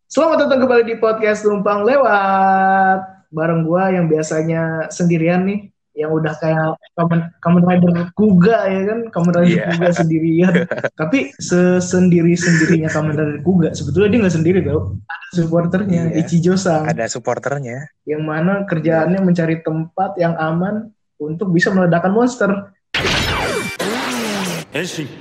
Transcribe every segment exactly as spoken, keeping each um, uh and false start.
Selamat datang kembali di podcast Numpang Lewat. Bareng gua yang biasanya sendirian nih, yang udah kayak Kamen, Kamen Rider Kuga ya kan, Kamen Rider Iya. Kuga sendirian. Tapi sesendiri-sendirinya Kamen Rider Kuga, sebetulnya dia nggak sendiri tau. Ada supporternya, Iya. Ichijo-san, Ada supporternya. yang mana kerjaannya Iya. mencari tempat yang aman untuk bisa meledakkan monster. Henshin.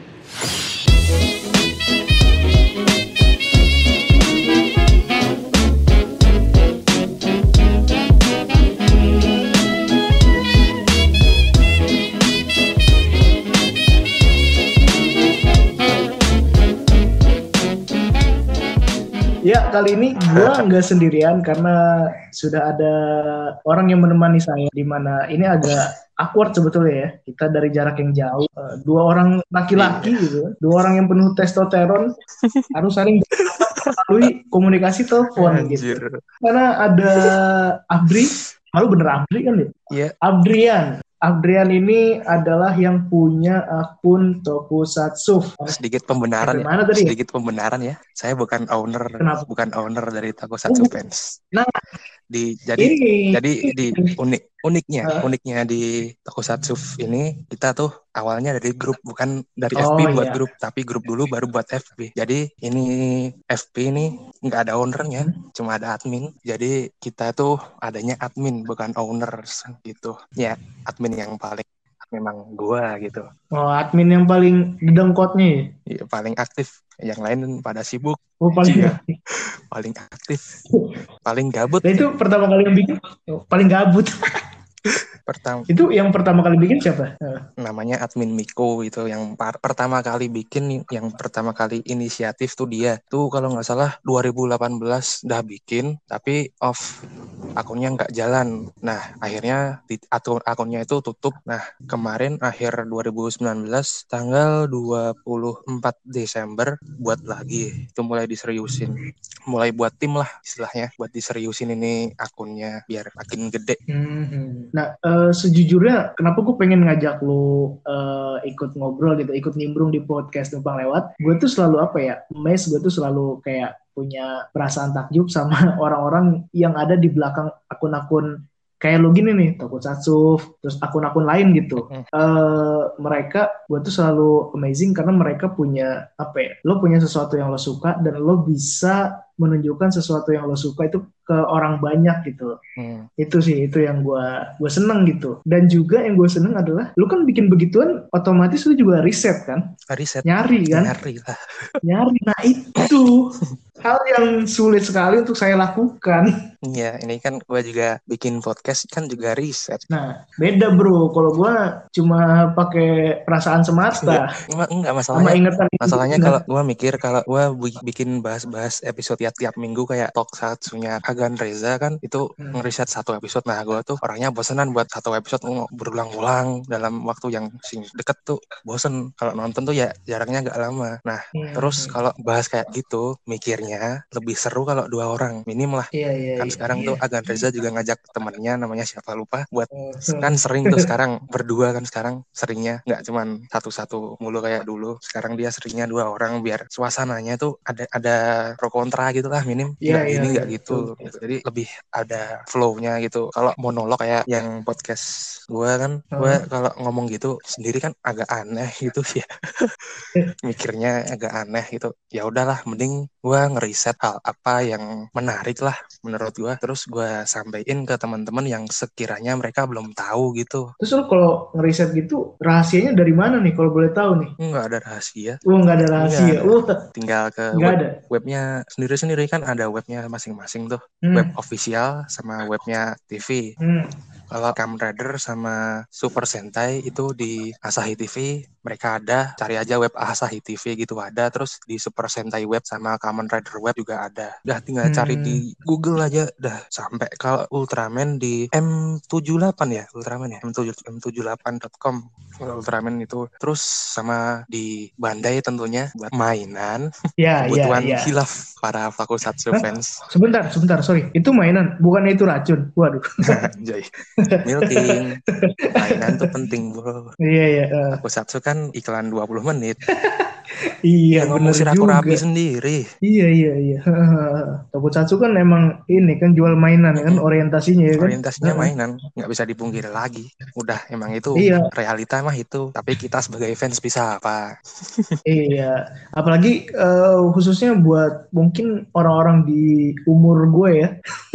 Ya, kali ini gue nggak sendirian karena sudah ada orang yang menemani saya, di mana ini agak awkward sebetulnya ya. Kita dari jarak yang jauh, uh, dua orang laki-laki gitu, dua orang yang penuh testosteron harus saling melalui komunikasi telepon gitu. Anjir. Karena ada Abri, malu bener Abri kan ya? Iya. Abdrian. Abdrian ini adalah yang punya akun Tokusatsu. Sedikit pembenaran Mana ya. tadi ya? Sedikit pembenaran ya. Saya bukan owner, Kenapa? bukan owner dari Tokusatsu Oh, Fans. Nah, di jadi ini. jadi di unik uniknya Hah? uniknya di Tokusatsu ini kita tuh awalnya dari grup, bukan dari Oh, F B buat iya. grup, tapi grup dulu baru buat F B. Jadi ini F B ini nggak ada ownernya, Hmm. cuma ada admin. Jadi kita tuh adanya admin bukan owners gitu. Ya, admin yang paling memang gua gitu. Oh, admin yang paling dedengkotnya ya? Ya, paling aktif. Yang lain pada sibuk. Oh, paling Iya. Paling aktif, paling gabut. Nah, itu pertama kali yang bikin oh, paling gabut. Pertama Itu yang pertama kali bikin siapa? namanya admin Miko itu yang par- pertama kali bikin, yang pertama kali inisiatif tuh dia tuh kalau nggak salah dua ribu delapan belas udah bikin tapi off, akunnya nggak jalan. Nah akhirnya di, akun akunnya itu tutup. Nah kemarin akhir dua ribu sembilan belas tanggal dua puluh empat Desember buat lagi, itu mulai diseriusin, mulai buat tim lah istilahnya, buat diseriusin ini akunnya biar makin gede. Hmm. Nah, uh, sejujurnya kenapa gue pengen ngajak lo uh, ikut ngobrol gitu, ikut nimbrung di podcast Numpang Lewat. Gue tuh selalu apa ya, mes gue tuh selalu kayak punya perasaan takjub sama orang-orang yang ada di belakang akun-akun kayak lo gini nih, Tokusatsu, terus akun-akun lain gitu. Mm. Uh, mereka, gue tuh selalu amazing karena mereka punya apa ya, lo punya sesuatu yang lo suka dan lo bisa menunjukkan sesuatu yang lo suka itu ke orang banyak gitu. Hmm. Itu sih, itu yang gue gue seneng gitu. Dan juga yang gue seneng adalah lu kan bikin begituan otomatis lu juga riset kan, riset nyari kan, nyari lah nyari. Nah itu hal yang sulit sekali untuk saya lakukan. Iya, ini kan gue juga bikin podcast kan juga riset. Nah, beda bro. Kalau gue cuma pakai perasaan semata. Enggak, enggak masalahnya. Ingetan masalahnya kalau gue mikir, kalau gue bikin bahas-bahas episode ya tiap minggu kayak Tokusatsunya Agan Reza kan, itu hmm. ngeriset satu episode. Nah, gue tuh orangnya bosenan buat satu episode berulang-ulang dalam waktu yang deket tuh bosen. Kalau nonton tuh ya jarangnya gak lama. Nah, hmm. terus kalau bahas kayak gitu, mikirnya lebih seru kalau dua orang minim lah. Iya, iya, kan iya, sekarang iya. tuh Agan Reza juga ngajak temennya namanya siapa lupa buat kan sering tuh sekarang berdua kan, sekarang seringnya nggak cuman satu-satu mulu kayak dulu. Sekarang dia seringnya dua orang biar suasananya tuh ada ada pro kontra gitu lah, minim Iya, nggak iya, gini nggak iya, gitu. betul. gitu jadi lebih ada flow-nya gitu. Kalau monolog kayak yang podcast gue kan, gue Uh. kalau ngomong gitu sendiri kan agak aneh gitu ya. Mikirnya agak aneh gitu. Ya udahlah, mending gue ngeriset hal apa yang menarik lah menurut gue, terus gue sampein ke teman-teman yang sekiranya mereka belum tahu gitu. Terus lo kalau ngeriset gitu rahasianya dari mana nih kalau boleh tahu nih? Nggak ada rahasia. Oh, nggak ada rahasia. Uh, tinggal ke web, ada. webnya sendiri-sendiri kan, ada webnya masing-masing tuh. Hmm. Web official sama webnya T V. Hmm. Kalau Kamen Rider sama Super Sentai itu di Asahi T V, mereka ada, cari aja web Asahi T V gitu ada. Terus di Super Sentai web sama Kamen Rider web juga ada. Udah tinggal hmm. cari di Google aja, dah sampai. Kalau Ultraman di M tujuh puluh delapan ya, Ultraman ya, M tujuh puluh delapan dot com Ultraman itu. Terus sama di Bandai tentunya buat mainan. Ya, kebutuhan ya, ya. hilaf para Tokusatsu fans. Sebentar, sebentar, sorry. Itu mainan, bukannya itu racun. Waduh. Joy. Milking. Mainan tuh penting, bro. Iya, iya. Uh. Tokusatsu kan iklan dua puluh menit. Iya, Yang bener ngomong si Rakurabi juga. sendiri. Iya, iya, iya. Tokusatsu kan emang ini kan jual mainan kan Mm-mm. orientasinya ya kan. Orientasinya mainan, nggak bisa dipungkiri lagi. Udah emang itu Iya, realita mah itu. Tapi kita sebagai fans bisa apa? iya. Apalagi eh, khususnya buat mungkin orang-orang di umur gue ya.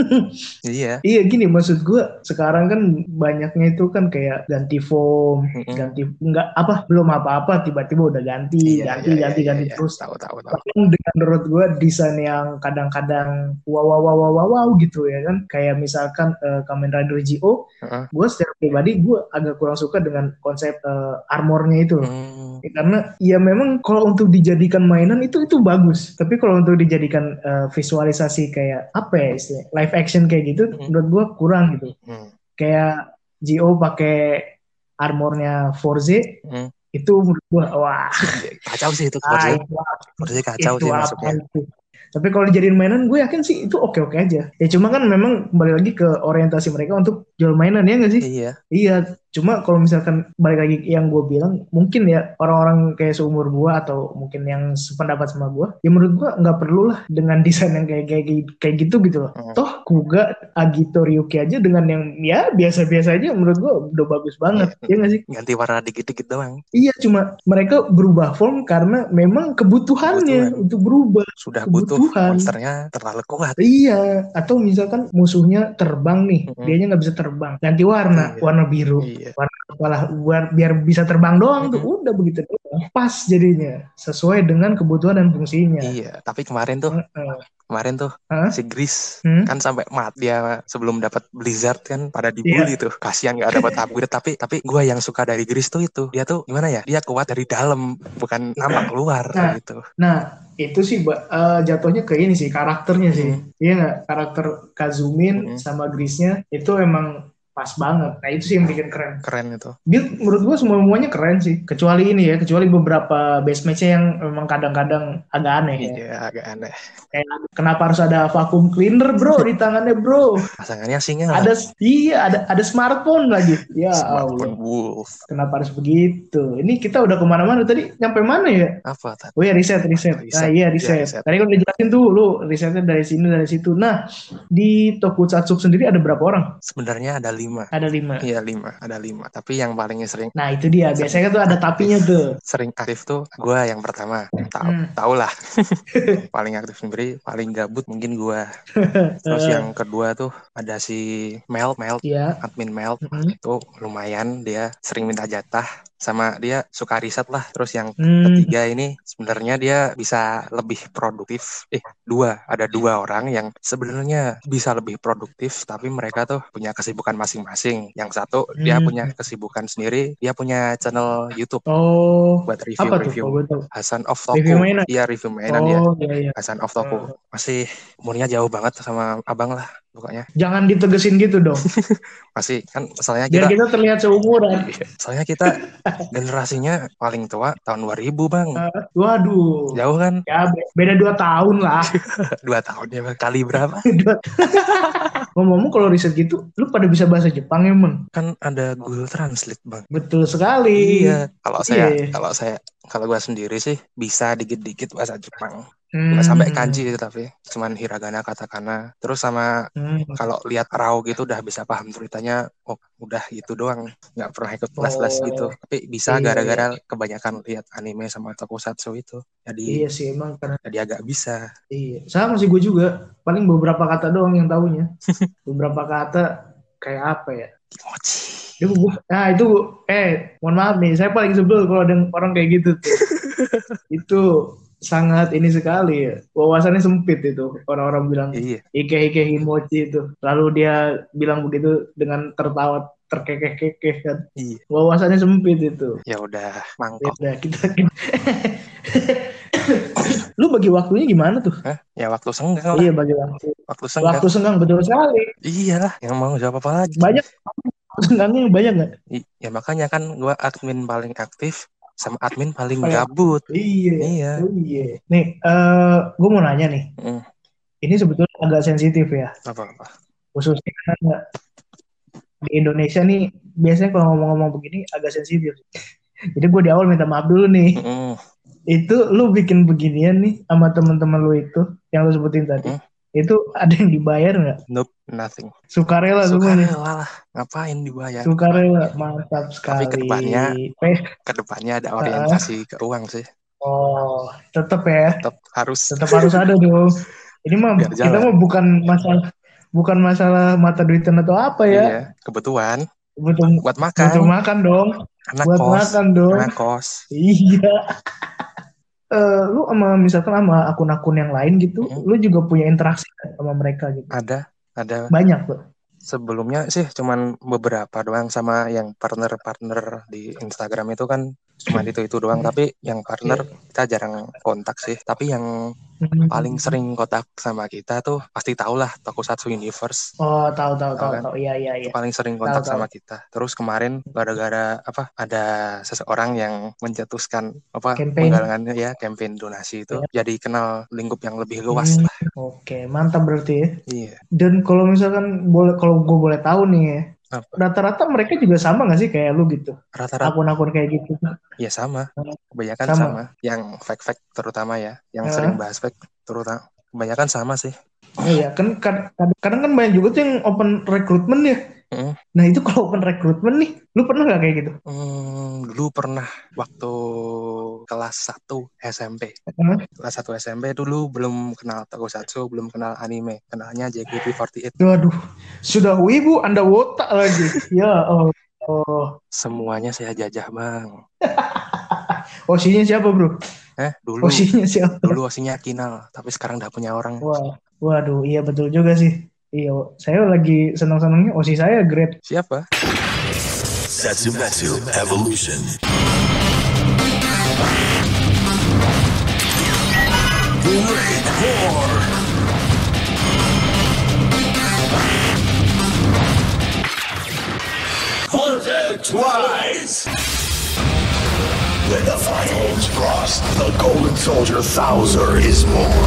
Iya. Iya gini maksud gue sekarang kan banyaknya itu kan kayak ganti foam, Mm-mm. ganti nggak apa belum apa-apa tiba-tiba udah ganti, Iya, ganti, iya, iya, ganti, iya, ganti iya. terus. Tahu, tahu, tahu. Bahkan dengan menurut gue desain yang kadang-kadang wow wow wow wow wow, wow gitu ya kan. Kayak misalkan uh, Kamen Rider G O, Uh-uh. gue secara pribadi gue agak kurang suka dengan konsep uh, armornya itu loh. Hmm. Ya, karena ya memang kalau untuk dijadikan mainan itu itu bagus, tapi kalau untuk dijadikan uh, visualisasi kayak apa ya istilahnya live action kayak gitu, Hmm. menurut gue kurang gitu. Hmm. Kayak G O pakai armornya Forze Hmm. itu menurut gue wah, Kacau sih itu ah Forza. itu apa, Forza kacau itu sih apa masuknya. itu. Tapi kalau dijadiin mainan gue yakin sih itu oke-oke aja. Ya cuma kan memang kembali lagi ke orientasi mereka untuk jual mainan ya nggak sih? Iya. Iya, cuma kalau misalkan balik lagi yang gue bilang, mungkin ya orang-orang kayak seumur gue atau mungkin yang sependapat sama gue, ya menurut gue nggak perlu lah dengan desain yang kayak kayak kayak gitu gitu loh. Hmm. Toh Kuga, Agito, Ryuki aja dengan yang ya biasa-biasa aja menurut gue udah bagus banget, Iya. ya nggak sih? Ganti warna dikit-dikit doang. Iya, cuma mereka berubah form karena memang kebutuhannya Kebutuhan. untuk berubah. Sudah butuh Kebutuhan. monsternya terlalu kuat. Iya, atau misalkan musuhnya terbang nih, Mm-mm. dianya nggak bisa terbang, ganti warna, Iya. warna biru, Iya. warna kepala biar, biar bisa terbang doang tuh, Mm-mm. udah begitu doang. Pas jadinya, sesuai dengan kebutuhan dan fungsinya. Iya, tapi kemarin tuh, Heeh. kemarin tuh Hah? si Gris Hmm? kan sampai mat dia sebelum dapat Blizzard kan pada dibully Iya. tuh. Kasihan nggak dapat upgrade, tapi tapi gue yang suka dari Gris tuh itu dia tuh gimana ya? Dia kuat dari dalam, bukan nampak keluar Nah, gitu. nah itu sih Ba- eh, jatuhnya ke ini sih karakternya sih, Mm-mm. iya nggak? Karakter Kazumin Mm-mm. sama Grisnya itu emang pas banget. Nah itu sih yang bikin keren. Keren itu. Build menurut gue semua semuanya keren sih, kecuali ini ya, kecuali beberapa base match-nya yang memang kadang-kadang agak aneh ya. Iya, agak aneh. Kayak kenapa harus ada vacuum cleaner bro di tangannya bro? Pasangannya singa. Ada iya ada ada smartphone lagi. Ya Smartphone Allah. Wolf. Kenapa harus begitu? Ini kita udah kemana-mana tadi, nyampe mana ya? Apa tadi? Oh ya riset, riset. Nah Riset. iya Ya, riset. riset. Tadi kan udah jelasin tuh lu risetnya dari sini dari situ. Nah di Tokusatsu sendiri ada berapa orang? Sebenarnya ada lima. Ada lima. Iya lima, ada lima. Tapi yang paling sering. Nah itu dia. Biasanya kan tuh ada tapinya tuh. Sering aktif tuh gue yang pertama. Tahu, Hmm. tau lah. Paling aktif sendiri, paling gabut mungkin gue. Terus yang kedua tuh ada si Mel, Mel, Iya. admin Mel. Hmm. Itu lumayan, dia sering minta jatah. Sama dia suka riset lah. Terus yang Hmm. ketiga ini sebenarnya dia bisa lebih produktif. Eh dua, ada dua orang yang sebenarnya bisa lebih produktif, tapi mereka tuh punya kesibukan masing-masing. Yang satu dia Hmm. punya kesibukan sendiri, dia punya channel YouTube Oh, buat apa tuh? review-review. Oh, gue tahu. Hasan of Review Toku. mainan. Iya review mainan dia. Oh, iya iya. Hasan of Toku. Hmm. Masih umurnya jauh banget sama abang lah pokoknya. Jangan ditegesin gitu dong. Masih kan soalnya Biar kita kita terlihat seumuran. soalnya kita generasinya paling tua tahun dua ribu bang. Uh, waduh. Jauh kan? Ya be- beda dua tahun lah. Dua tahun ya bang. Kali berapa? Ngomong-ngomong kalau riset gitu, lu pada bisa bahasa Jepang emang? Kan ada Google Translate bang. Betul sekali. Iya. Kalau saya, Iya. kalau saya, kalau gue sendiri sih bisa dikit-dikit bahasa Jepang. Hmm. Nggak sampai kanji itu tapi cuman hiragana, katakana. Terus sama Hmm. kalau lihat raw gitu udah bisa paham ceritanya. Oh udah gitu doang. Nggak pernah ikut kelas-kelas Oh, gitu. Tapi bisa iya, gara-gara iya. kebanyakan lihat anime sama tokusatsu itu. Jadi Iya sih emang karena jadi agak bisa. iya. Sama sih gue juga. Paling beberapa kata doang yang tahunya. Beberapa kata kayak apa ya? Kimochi. Itu gua, nah itu eh mohon maaf nih, saya paling sebel kalau ada orang kayak gitu tuh. Itu sangat ini sekali ya. Wawasannya sempit itu. Orang-orang bilang Iya. ike ike himochi itu. Lalu dia bilang begitu dengan tertawa terkekeh-kekeh kan. Iya. Wawasannya sempit itu. Ya udah Ya mangkok. udah kita, kita. Lu bagi waktunya gimana tuh? Hah? Ya waktu senggang lah. Iya bagi waktu. Waktu senggang. Waktu senggang betul sekali. Iyalah, yang mau jawab apa lagi? Banyak senggangnya banyak nggak? Ya makanya kan gue admin paling aktif sama admin paling Paling- gabut. Iya. Iya. Oh, iya. Nih, eh gue mau nanya nih. Mm. Ini sebetulnya agak sensitif ya. Apa-apa. Khususnya karena di Indonesia nih biasanya kalau ngomong-ngomong begini agak sensitif. Jadi gue di awal minta maaf dulu nih. Mm. Itu lu bikin beginian nih sama teman-teman lu itu yang lu sebutin tadi. Hmm? Itu ada yang dibayar nggak? Nope, nothing. Sukarela semuanya. Sukarela lah, ngapain dibayar? Sukarela, mantap sekali. Tapi kedepannya, eh. kedepannya ada orientasi uh, ke uang sih. Oh, tetap ya. Tetap harus. Tetap harus ada dong. Ini mah kita mah bukan masalah bukan masalah mata duitan atau apa ya. Iya, kebutuhan. Butuh buat makan. Butuh makan dong. Anak buat kos. makan dong. Anak kos. Iya. Uh, lu sama misalkan sama akun-akun yang lain gitu, mm-hmm. lu juga punya interaksi sama mereka gitu? Ada, ada. Banyak tuh. Sebelumnya sih cuman beberapa doang sama yang partner-partner di Instagram itu kan cuma itu-itu doang. Tapi yang partner yeah. kita jarang kontak sih. Tapi yang hmm. paling sering kontak sama kita tuh pasti tau lah Tokusatsu Universe. Oh tahu tahu tahu tahu. Iya iya iya. Paling sering kontak tau, sama tahu. Kita. Terus kemarin gara-gara apa ada seseorang yang mencetuskan apa penggalangannya ya campaign donasi itu yeah. jadi kenal lingkup yang lebih luas hmm. lah. Oke mantap berarti ya. Iya. Dan kalau misalkan boleh kalau gue boleh tahu nih ya. Apa? Rata-rata mereka juga sama gak sih kayak lu gitu? Rata-rata akun-akun kayak gitu. Ya sama. Kebanyakan sama. sama. Yang fake-fake terutama ya. Yang uh. sering bahas fake terutama. Kebanyakan sama sih. Oh iya kan kadang kan banyak juga tuh yang open recruitment ya. Mm. Nah itu kalau open recruitment nih, lu pernah gak kayak gitu? Hmm, dulu pernah waktu kelas satu S M P. Uh. Kelas satu S M P dulu belum kenal Tokusatsu, belum kenal anime. Kenalnya J K T empat delapan. Waduh, sudah wibu Anda wotak lagi. Ya oh. oh. Semuanya saya jajah bang. Osinya siapa bro? Eh dulu. Osinya siapa? Dulu osinya Kinal, tapi sekarang udah punya orang. Wah, waduh, iya betul juga sih. Iya, saya lagi senang-senangnya osi saya great. Siapa? Setsumetsu Evolution. Great War. Contact Rise. When the final is crossed, the Golden Soldier Thouser is born.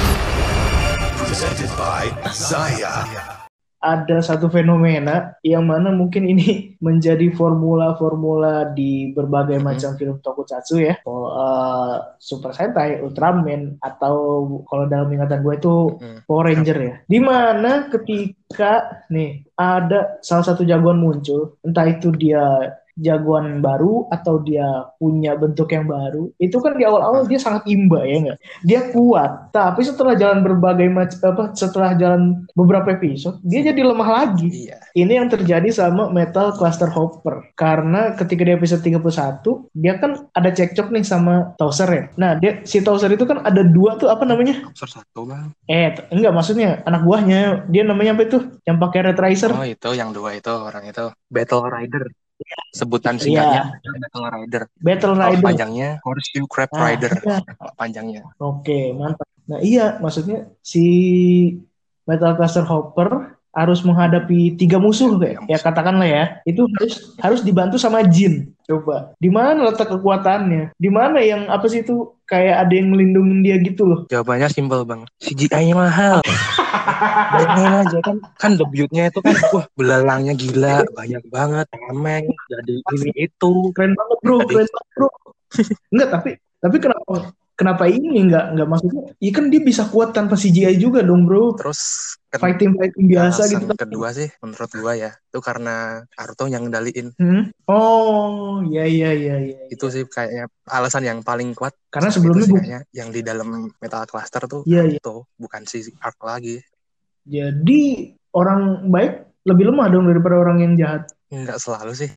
Presented by Zaya. Ada satu fenomena yang mana mungkin ini menjadi formula-formula di berbagai mm-hmm. macam film tokusatsu ya. Oh, uh, Super Sentai, Ultraman, atau kalau dalam ingatan gue itu mm-hmm. Power Ranger ya. Dimana ketika nih ada salah satu jagoan muncul, entah itu dia jagoan baru atau dia punya bentuk yang baru, itu kan di awal-awal dia sangat imba ya nggak? Dia kuat, tapi setelah jalan berbagai macam apa, setelah jalan beberapa episode, dia jadi lemah lagi. Iya. Ini yang terjadi sama Metal Cluster Hopper, karena ketika di episode tiga puluh satu dia kan ada cekcok nih sama Towser ya. Nah dia si Towser itu kan ada dua tuh apa namanya? Towser satu bang. Eh enggak maksudnya anak buahnya dia namanya apa itu? Yang pakai Red Riser? Oh itu yang dua itu orang itu Battle Rider. Sebutan singkatnya yeah. Battle Rider. Battle Rider. Oh, panjangnya Horseshoe Crab nah, Rider. Iya. Panjangnya. Oke, mantap. Nah, iya maksudnya si Metal Cluster Hopper harus menghadapi tiga musuh kayak ya katakanlah ya. Itu harus harus dibantu sama Jin. Coba. Di mana letak kekuatannya? Di mana yang apa sih itu kayak ada yang melindungi dia gitu loh? Jawabannya simpel, Bang. C G I-nya mahal. Bayangin aja kan kan debutnya itu kan wah belalangnya gila banyak banget tameng jadi ini itu keren banget bro jadi... keren banget bro enggak tapi tapi kenapa kenapa ini enggak enggak maksudnya ya kan dia bisa kuat tanpa C G I juga dong bro terus fighting fighting biasa gitu kedua sih menurut gua ya itu karena Naruto yang ngendaliin hmm? oh iya iya iya iya itu sih kayaknya alasan yang paling kuat karena sebelumnya bu- kayaknya yang di dalam Metal Cluster tuh iya, Naruto iya. bukan si Arc lagi. Jadi orang baik lebih lemah dong daripada orang yang jahat. Enggak selalu sih.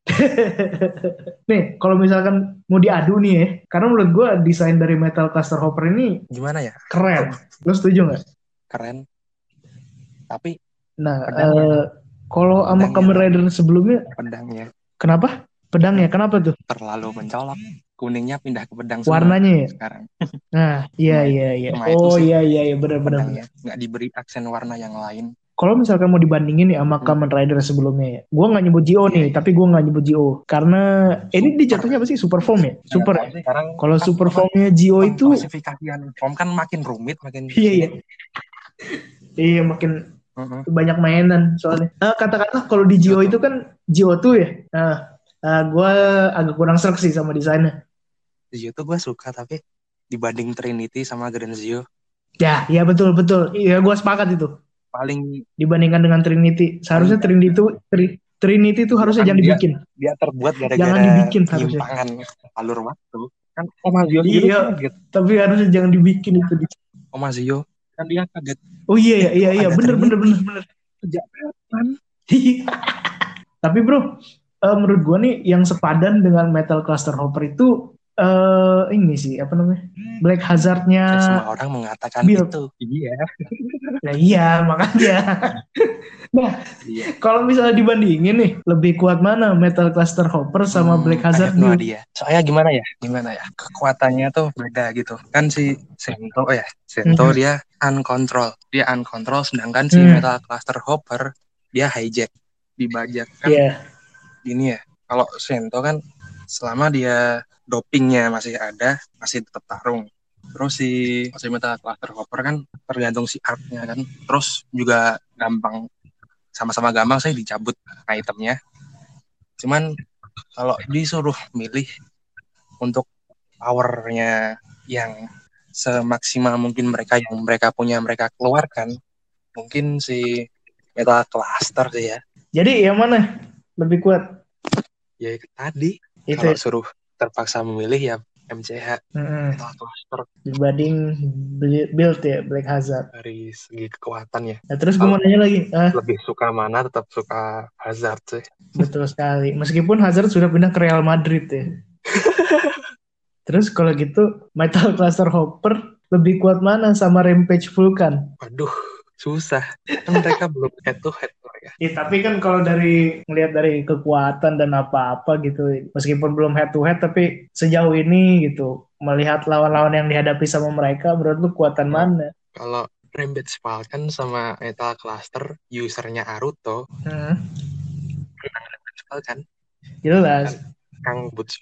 Nih, kalau misalkan mau diadu nih ya, karena menurut gue desain dari Metal Cluster Hopper ini gimana ya? Keren. Lo setuju nggak? Keren. Tapi, nah, uh, kalau sama Kamen Rider sebelumnya, pedangnya. Kenapa? Pedangnya, kenapa tuh? Terlalu mencolok. Kuningnya pindah ke pedang semua warnanya ya? Sekarang. Nah, iya iya iya. Oh iya iya iya benar-benar. Nggak diberi aksen warna yang lain. Kalau misalkan mau dibandingin nih sama hmm. Kamen Rider sebelumnya ya, gue nggak nyebut G O nih, yeah. tapi gue nggak nyebut G O karena super. Ini dia jatuhnya apa sih super form ya? Super. Ya? Kalau kan super formnya G O itu klasifikasian form kan makin rumit, makin iya iya. Iya makin uh-huh. banyak mainan soalnya. Nah, katakanlah kalau di G O itu kan G O tuh ya. Nah, uh, gue agak kurang serak sih sama desainnya. Di situ gue suka tapi dibanding Trinity sama Grand Zio. Ya, iya betul betul. Iya, gue sepakat itu. Paling dibandingkan dengan Trinity, seharusnya paling Trinity itu tri, Trinity itu harusnya kan jangan dia, dibikin. Dia terbuat gara-gara jangan dibikin penyimpangan alur waktu. Kan Om Azio sendiri iya, kaget. Tapi harusnya jangan dibikin itu. Om Azio kan dia kaget. Oh iya iya iya bener bener bener bener. Sejak kapan? Tapi bro, uh, menurut gue nih yang sepadan dengan Metal Cluster Hopper itu uh, ini sih apa namanya Black Hazard-nya. Ya, semua orang mengatakan build. Itu. Iya. Nah iya makanya. Nah iya. Kalau misalnya dibandingin nih, lebih kuat mana Metal Cluster Hopper sama hmm, Black Hazard build? Dia. Soalnya gimana ya, gimana ya, kekuatannya tuh beda gitu. Kan si Sento ya, Sento hmm. dia uncontrol, dia uncontrol, sedangkan hmm. si Metal Cluster Hopper dia hijack, dibajak kan. Yeah. Gini ya, kalau Sento kan selama dia dopingnya masih ada, masih tetap tarung. Terus si, si Metal Cluster Hopper kan tergantung si art-nya kan. Terus juga gampang, sama-sama gampang saya dicabut itemnya. Cuman kalau disuruh milih untuk powernya yang semaksimal mungkin mereka yang mereka punya mereka keluarkan, mungkin si Metal Cluster sih ya. Jadi yang mana lebih kuat? Ya tadi kalau suruh terpaksa memilih ya M C H hmm. Metal Cluster dibanding build ya Black Hazard dari segi kekuatan ya. Nah, terus gue mau nanya lagi, ah, lebih suka mana? Tetap suka Hazard sih. Betul sekali. Meskipun Hazard sudah pindah ke Real Madrid ya. Terus kalau gitu Metal Cluster Hopper lebih kuat mana sama Rampage Vulcan? Waduh, susah. Kan mereka belum head to head mereka. Ya, tapi kan kalau dari ngelihat dari kekuatan dan apa-apa gitu, meskipun belum head to head tapi sejauh ini gitu, melihat lawan-lawan yang dihadapi sama mereka, menurut lu kekuatan nah, mana? Kalau Rampage Vulcan sama Metal Cluster usernya Aruto, hmm. Rampage Vulcan. Jelas. Kang Butch.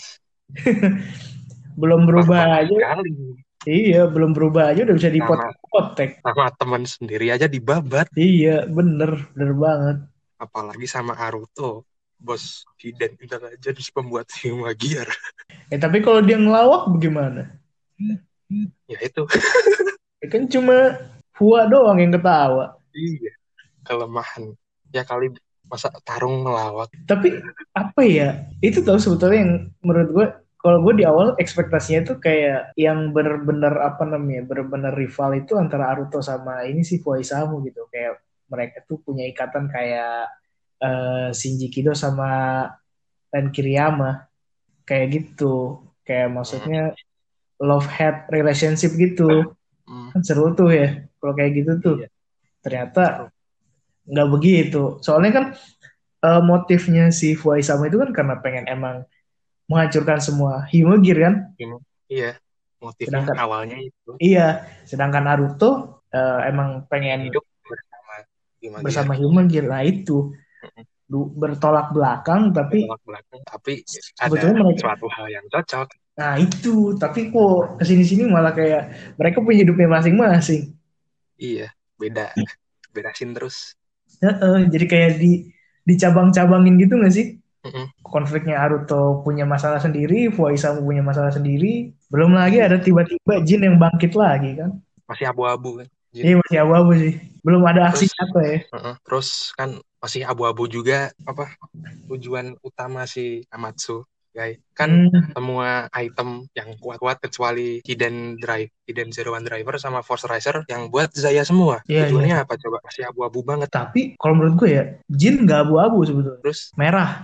Belum berubah aja. Kali. Iya, belum berubah aja udah bisa dipotek-potek. Sama teman sendiri aja dibabat. Iya, bener, bener banget. Apalagi sama Aruto, bos Hiden udah aja jadi pembuat Hyuma Gear. Eh tapi kalau dia ngelawak bagaimana? Ya itu. Ya kan cuma Hua doang yang ketawa. Iya, kelemahan. Ya kali masa tarung ngelawak. Tapi apa ya? Itu tahu sebetulnya yang menurut gue, kalau gue di awal ekspektasinya tuh kayak yang bener-bener apa namanya, bener-bener rival itu antara Aruto sama ini sih Fuaisamu gitu. Kayak mereka tuh punya ikatan kayak uh, Shinji Kido sama Ren Kiriyama. Kayak gitu. Kayak maksudnya love-hate relationship gitu. Hmm. Kan seru tuh ya. Kalau kayak gitu tuh. Iya. Ternyata nggak begitu. Soalnya kan uh, motifnya si Fuaisamu itu kan karena pengen emang menghancurkan semua Hyuma Gear kan? Iya, motifnya sedangkan, awalnya itu. Iya, sedangkan Naruto uh, emang pengen hidup bersama Hyuma bersama Hyuma Gear. Nah itu mm-hmm. bertolak belakang, tapi bertolak belakang, tapi ada mereka, suatu hal yang cocok. Nah itu, tapi kok kesini-sini malah kayak mereka punya hidupnya masing-masing. Iya, beda, bedasin terus. Uh-uh, jadi kayak di dicabang-cabangin gitu nggak sih? Mm-mm. Konfliknya Aruto punya masalah sendiri, Fuaisamu punya masalah sendiri. Belum lagi ada tiba-tiba Jin yang bangkit lagi kan? Masih abu-abu kan? Iya masih abu-abu sih. Belum ada aksi terus, apa ya? Uh-uh. Terus kan masih abu-abu juga apa tujuan utama si Amatsu, guys. Kan hmm. semua item yang kuat-kuat kecuali Hidden Drive, Hidden Zero One Driver sama Force Riser yang buat Zaya semua. Yeah, tujuannya yeah. apa coba? Masih abu-abu banget. Tapi kalau menurut gue ya, Jin nggak abu-abu sebetulnya. Terus merah.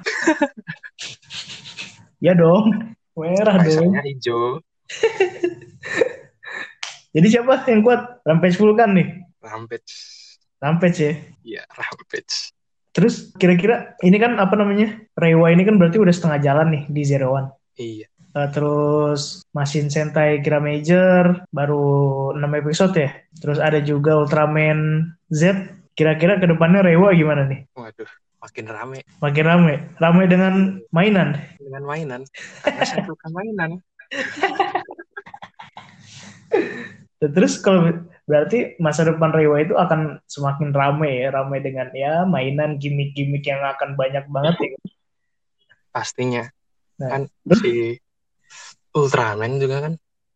Ya dong, merah dong. Risernya hijau. Jadi siapa yang kuat? Rampage Vulcan nih. Rampage. Rampage ya? Iya, Rampage. Terus kira-kira ini kan apa namanya? Reiwa ini kan berarti udah setengah jalan nih di Zero One. Iya. Uh, terus Machine Sentai Kira Major baru enam episode ya. Terus ada juga Ultraman Z. Kira-kira ke depannya Reiwa gimana nih? Waduh, makin rame. Makin rame. Rame dengan mainan. Dengan mainan. Karena saya suka mainan. Terus kalau berarti masa depan Reiwa itu akan semakin ramai ya, ramai dengan ya mainan gimmick-gimmick yang akan banyak banget ya. Pastinya. Nah, kan si Ultraman juga kan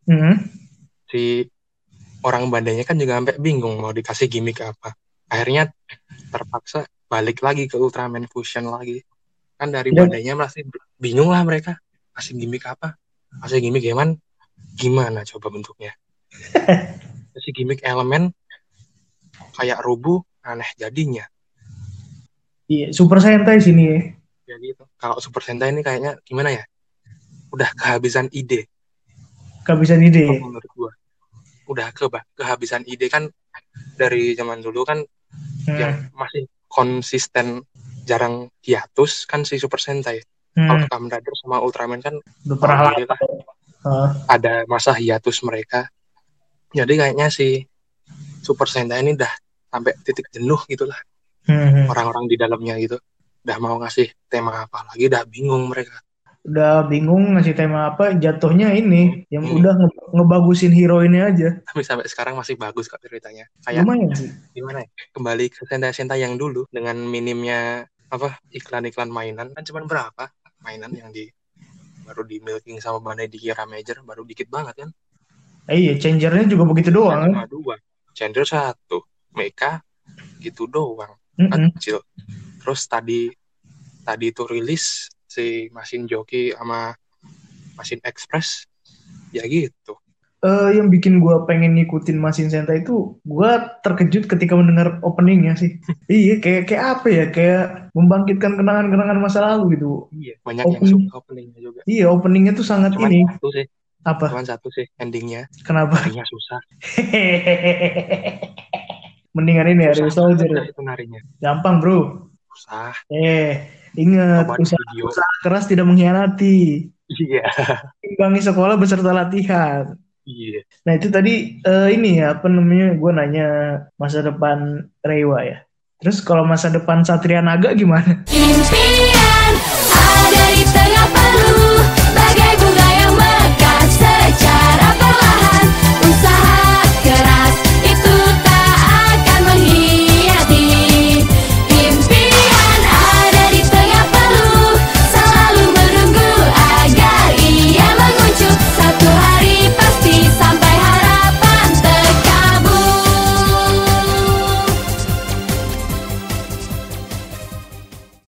Mm-hmm. Si orang Bandainya kan juga sampai bingung mau dikasih gimmick apa. Akhirnya terpaksa balik lagi ke Ultraman Fusion lagi. Kan dari Ya. Bandainya masih bingung lah mereka. Kasih gimmick apa? Kasih gimmick gimana? Gimana coba bentuknya? Kasih gimmick elemen kayak Rubu, aneh jadinya. Iya, Super Sentai sini ya. Ya gitu. Kalau Super Sentai ini kayaknya gimana ya? Udah kehabisan ide. Kehabisan ide. Oh, menurut gua. Udah ke kehabisan ide kan dari zaman dulu kan hmm. yang masih konsisten jarang hiatus kan si Super Sentai. Hmm. Kalau Kamen Rider sama Ultraman kan alhamdulillah uh. ada masa hiatus mereka. Jadi kayaknya si Super Sentai ini udah sampai titik jenuh gitulah. Hmm. Orang-orang di dalamnya gitu. Udah mau ngasih tema apa lagi, udah bingung mereka. Udah bingung ngasih tema apa, jatuhnya ini yang hmm. udah nge- ngebagusin hero ini aja. Tapi sampai sekarang masih bagus kok ceritanya. Kayak lumayan sih. Gimana ya? Kembali ke Sentai-Sentai yang dulu dengan minimnya apa iklan-iklan mainan kan cuma berapa mainan yang di baru di milking sama Bandai di Kira Major baru dikit banget kan. Eh, iya, changernya juga begitu doang. Cuma kan? dua. Changer satu, Mecha gitu doang. Mm-hmm. Kecil. Terus tadi tadi itu rilis si Mesin Joki sama Mesin Express ya gitu. Uh, yang bikin gue pengen ngikutin Mesin Sentai itu gue terkejut ketika mendengar openingnya sih. Iya kayak kayak apa ya, kayak membangkitkan kenangan-kenangan masa lalu gitu. Iya banyak Open... yang suka openingnya juga. Iya openingnya tuh sangat cuman ini. Satu sih. Apa? Cuman satu sih endingnya. Kenapa? Endingnya susah. Mendingan ini ya Rio Soldier. Itu narinya. Gampang bro. Susah. Eh ingat usaha, usaha keras tidak mengkhianati. Iya. Imbangi sekolah beserta latihan. Iya. Nah itu tadi uh, ini ya apa namanya gue nanya masa depan Reiwa ya. Terus kalau masa depan Satria Naga gimana? Impian ada di tengah palu.